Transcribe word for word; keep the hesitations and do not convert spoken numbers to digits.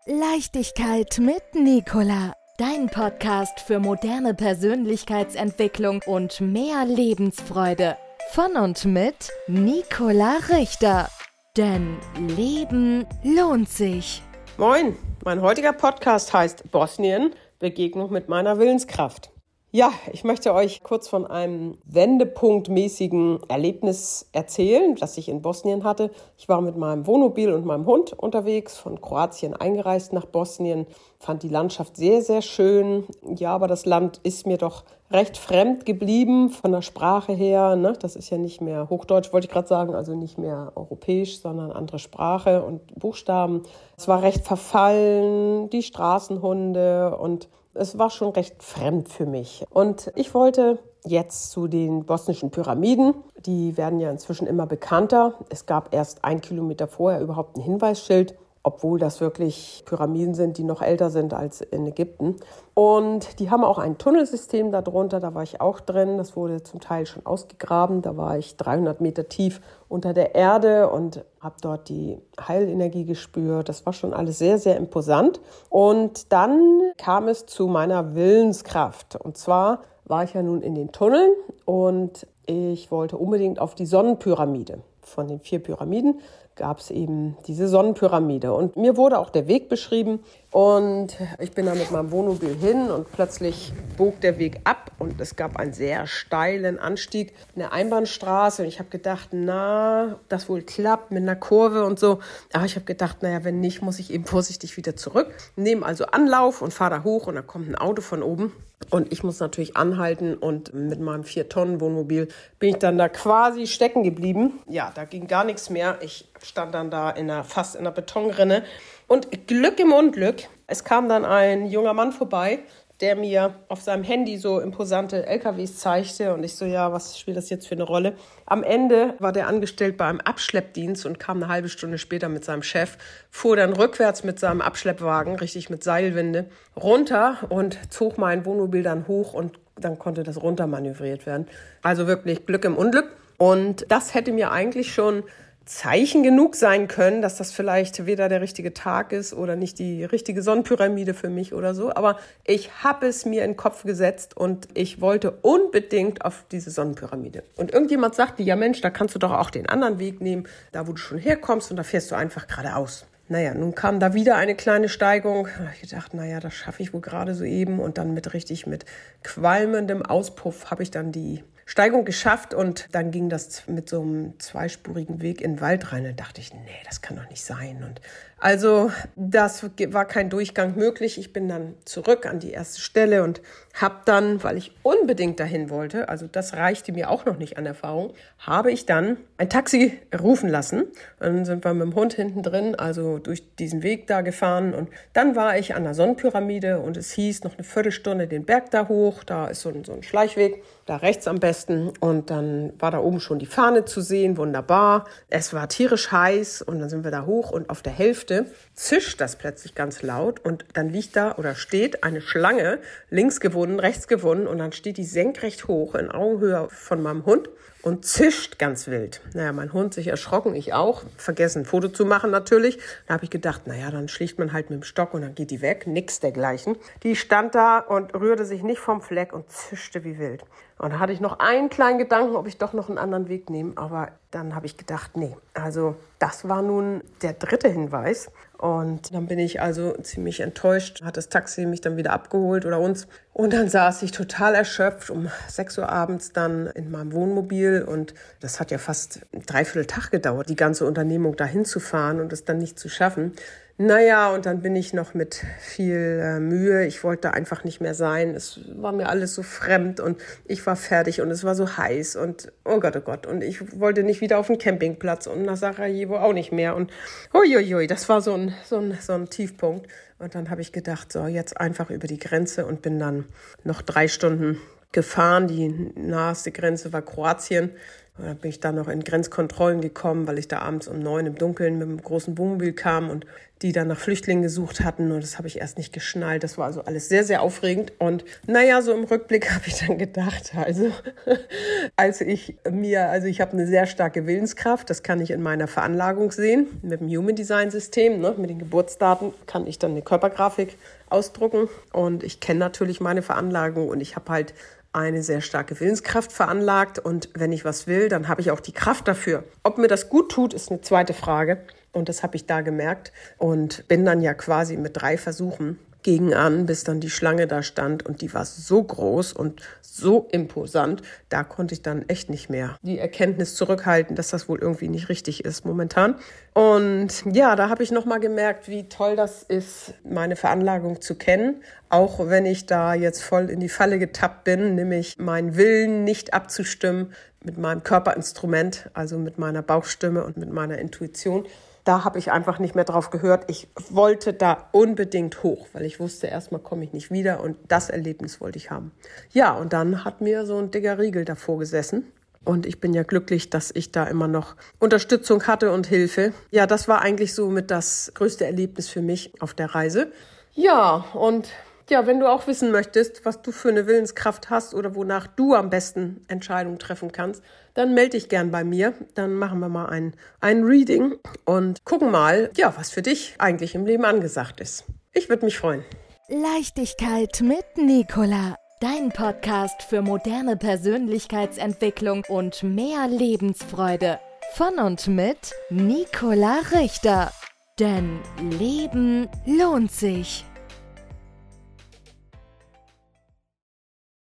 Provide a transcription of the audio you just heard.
Leichtigkeit mit Nicola, dein Podcast für moderne Persönlichkeitsentwicklung und mehr Lebensfreude. Von und mit Nicola Richter. Denn Leben lohnt sich. Moin, mein heutiger Podcast heißt Bosnien, Begegnung mit meiner Willenskraft. Ja, ich möchte euch kurz von einem wendepunktmäßigen Erlebnis erzählen, das ich in Bosnien hatte. Ich war mit meinem Wohnmobil und meinem Hund unterwegs, von Kroatien eingereist nach Bosnien, fand die Landschaft sehr, sehr schön. Ja, aber das Land ist mir doch recht fremd geblieben von der Sprache her. Ne? Das ist ja nicht mehr Hochdeutsch, wollte ich gerade sagen, also nicht mehr europäisch, sondern andere Sprache und Buchstaben. Es war recht verfallen, die Straßenhunde, und es war schon recht fremd für mich. Und ich wollte jetzt zu den bosnischen Pyramiden. Die werden ja inzwischen immer bekannter. Es gab erst ein Kilometer vorher überhaupt ein Hinweisschild, obwohl das wirklich Pyramiden sind, die noch älter sind als in Ägypten. Und die haben auch ein Tunnelsystem darunter, da war ich auch drin. Das wurde zum Teil schon ausgegraben. Da war ich dreihundert Meter tief unter der Erde und habe dort die Heilenergie gespürt. Das war schon alles sehr, sehr imposant. Und dann kam es zu meiner Willenskraft. Und zwar war ich ja nun in den Tunneln und ich wollte unbedingt auf die Sonnenpyramide. Von den vier Pyramiden gab es eben diese Sonnenpyramide. Und mir wurde auch der Weg beschrieben. Und ich bin da mit meinem Wohnmobil hin und plötzlich bog der Weg ab. Und es gab einen sehr steilen Anstieg, eine Einbahnstraße. Und ich habe gedacht, na, ob das wohl klappt mit einer Kurve und so. Aber ich habe gedacht, naja, wenn nicht, muss ich eben vorsichtig wieder zurück. Nehme also Anlauf und fahre da hoch und da kommt ein Auto von oben. Und ich muss natürlich anhalten, und mit meinem vier Tonnen Wohnmobil bin ich dann da quasi stecken geblieben. Ja, da ging gar nichts mehr. Ich stand dann da in einer, fast in einer Betonrinne. Und Glück im Unglück, es kam dann ein junger Mann vorbei, der mir auf seinem Handy so imposante L K Ws zeigte. Und ich so, ja, was spielt das jetzt für eine Rolle? Am Ende war der angestellt bei einem Abschleppdienst und kam eine halbe Stunde später mit seinem Chef, fuhr dann rückwärts mit seinem Abschleppwagen, richtig mit Seilwinde, runter und zog mein Wohnmobil dann hoch, und dann konnte das runtermanövriert werden. Also wirklich Glück im Unglück. Und das hätte mir eigentlich schon Zeichen genug sein können, dass das vielleicht weder der richtige Tag ist oder nicht die richtige Sonnenpyramide für mich oder so. Aber ich habe es mir in den Kopf gesetzt und ich wollte unbedingt auf diese Sonnenpyramide. Und irgendjemand sagte, ja Mensch, da kannst du doch auch den anderen Weg nehmen, da wo du schon herkommst, und da fährst du einfach geradeaus. Naja, nun kam da wieder eine kleine Steigung. Da habe ich gedacht, naja, das schaffe ich wohl gerade so eben. Und dann mit richtig mit qualmendem Auspuff habe ich dann die Steigung geschafft, und dann ging das mit so einem zweispurigen Weg in den Wald rein. Da dachte ich, nee, das kann doch nicht sein. Und also das war kein Durchgang möglich. Ich bin dann zurück an die erste Stelle und habe dann, weil ich unbedingt dahin wollte, also das reichte mir auch noch nicht an Erfahrung, habe ich dann ein Taxi rufen lassen. Dann sind wir mit dem Hund hinten drin, also durch diesen Weg da gefahren, und dann war ich an der Sonnenpyramide und es hieß noch eine Viertelstunde den Berg da hoch, da ist so ein, so ein Schleichweg, da rechts am besten, und dann war da oben schon die Fahne zu sehen, wunderbar. Es war tierisch heiß und dann sind wir da hoch, und auf der Hälfte zischt das plötzlich ganz laut, und dann liegt da oder steht eine Schlange, links gewunden, rechts gewunden, und dann steht die senkrecht hoch in Augenhöhe von meinem Hund und zischt ganz wild. Naja, mein Hund sich erschrocken, ich auch. Vergessen, ein Foto zu machen natürlich. Da habe ich gedacht, naja, dann schlägt man halt mit dem Stock und dann geht die weg. Nix dergleichen. Die stand da und rührte sich nicht vom Fleck und zischte wie wild. Und da hatte ich noch einen kleinen Gedanken, ob ich doch noch einen anderen Weg nehme. Aber dann habe ich gedacht, nee. Also das war nun der dritte Hinweis. Und dann bin ich also ziemlich enttäuscht, hat das Taxi mich dann wieder abgeholt oder uns. Und dann saß ich total erschöpft um sechs Uhr abends dann in meinem Wohnmobil. Und das hat ja fast einen Dreivierteltag gedauert, die ganze Unternehmung dahin zu fahren und es dann nicht zu schaffen. Naja, und dann bin ich noch mit viel äh, Mühe, ich wollte einfach nicht mehr sein, es war mir alles so fremd und ich war fertig und es war so heiß und oh Gott, oh Gott, und ich wollte nicht wieder auf den Campingplatz und nach Sarajevo auch nicht mehr, und uiuiui, das war so ein, so ein, so ein Tiefpunkt. Und dann habe ich gedacht, so jetzt einfach über die Grenze, und bin dann noch drei Stunden gefahren. Die naheste Grenze war Kroatien. Da bin ich dann noch in Grenzkontrollen gekommen, weil ich da abends um neun im Dunkeln mit einem großen Wohnmobil kam und die dann nach Flüchtlingen gesucht hatten. Und das habe ich erst nicht geschnallt. Das war also alles sehr, sehr aufregend. Und naja, so im Rückblick habe ich dann gedacht, also als ich mir, also ich habe eine sehr starke Willenskraft, das kann ich in meiner Veranlagung sehen, mit dem Human Design System, ne, mit den Geburtsdaten kann ich dann eine Körpergrafik ausdrucken. Und ich kenne natürlich meine Veranlagung und ich habe halt eine sehr starke Willenskraft veranlagt. Und wenn ich was will, dann habe ich auch die Kraft dafür. Ob mir das gut tut, ist eine zweite Frage. Und das habe ich da gemerkt und bin dann ja quasi mit drei Versuchen gegen an, bis dann die Schlange da stand und die war so groß und so imposant, da konnte ich dann echt nicht mehr die Erkenntnis zurückhalten, dass das wohl irgendwie nicht richtig ist momentan. Und ja, da habe ich nochmal gemerkt, wie toll das ist, meine Veranlagung zu kennen, auch wenn ich da jetzt voll in die Falle getappt bin, nämlich meinen Willen nicht abzustimmen mit meinem Körperinstrument, also mit meiner Bauchstimme und mit meiner Intuition. Da habe ich einfach nicht mehr drauf gehört. Ich wollte da unbedingt hoch, weil ich wusste, erstmal komme ich nicht wieder und das Erlebnis wollte ich haben. Ja, und dann hat mir so ein dicker Riegel davor gesessen. Und ich bin ja glücklich, dass ich da immer noch Unterstützung hatte und Hilfe. Ja, das war eigentlich so mit das größte Erlebnis für mich auf der Reise. Ja, und ja, wenn du auch wissen möchtest, was du für eine Willenskraft hast oder wonach du am besten Entscheidungen treffen kannst, dann melde dich gern bei mir. Dann machen wir mal ein, ein Reading und gucken mal, ja, was für dich eigentlich im Leben angesagt ist. Ich würde mich freuen. Leichtigkeit mit Nicola. Dein Podcast für moderne Persönlichkeitsentwicklung und mehr Lebensfreude. Von und mit Nicola Richter. Denn Leben lohnt sich.